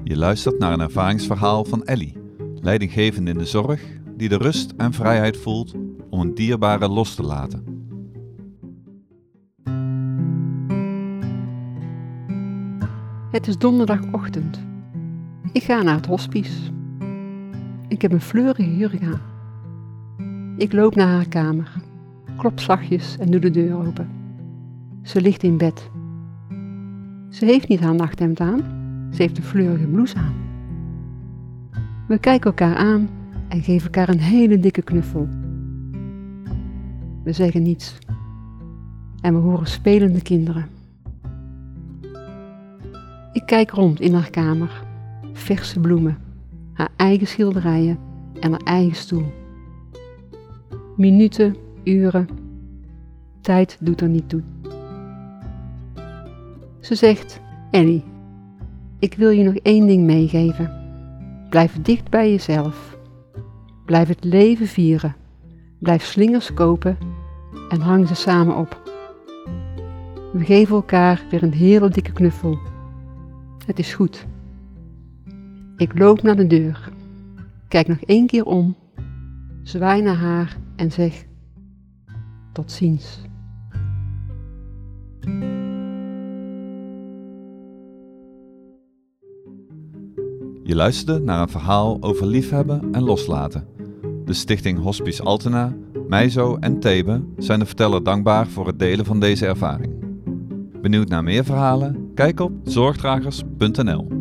Je luistert naar een ervaringsverhaal van Ellie, leidinggevende in de zorg, die de rust en vrijheid voelt om een dierbare los te laten. Het is donderdagochtend. Ik ga naar het hospice. Ik heb een fleurige jurk aan. Ik loop naar haar kamer, klop zachtjes en doe de deur open. Ze ligt in bed. Ze heeft niet haar nachthemd aan, ze heeft een fleurige blouse aan. We kijken elkaar aan en geven elkaar een hele dikke knuffel. We zeggen niets. En we horen spelende kinderen. Ik kijk rond in haar kamer. Verse bloemen, haar eigen schilderijen en haar eigen stoel. Minuten, uren. Tijd doet er niet toe. Ze zegt: Ellie, ik wil je nog één ding meegeven. Blijf dicht bij jezelf. Blijf het leven vieren. Blijf slingers kopen en hang ze samen op. We geven elkaar weer een hele dikke knuffel. Het is goed. Ik loop naar de deur. Kijk nog 1 keer om. Zwaai naar haar en zeg: tot ziens. Je luisterde naar een verhaal over liefhebben en loslaten. De stichting Hospice Altena, Meizo en Thebe zijn de verteller dankbaar voor het delen van deze ervaring. Benieuwd naar meer verhalen? Kijk op zorgdragers.nl.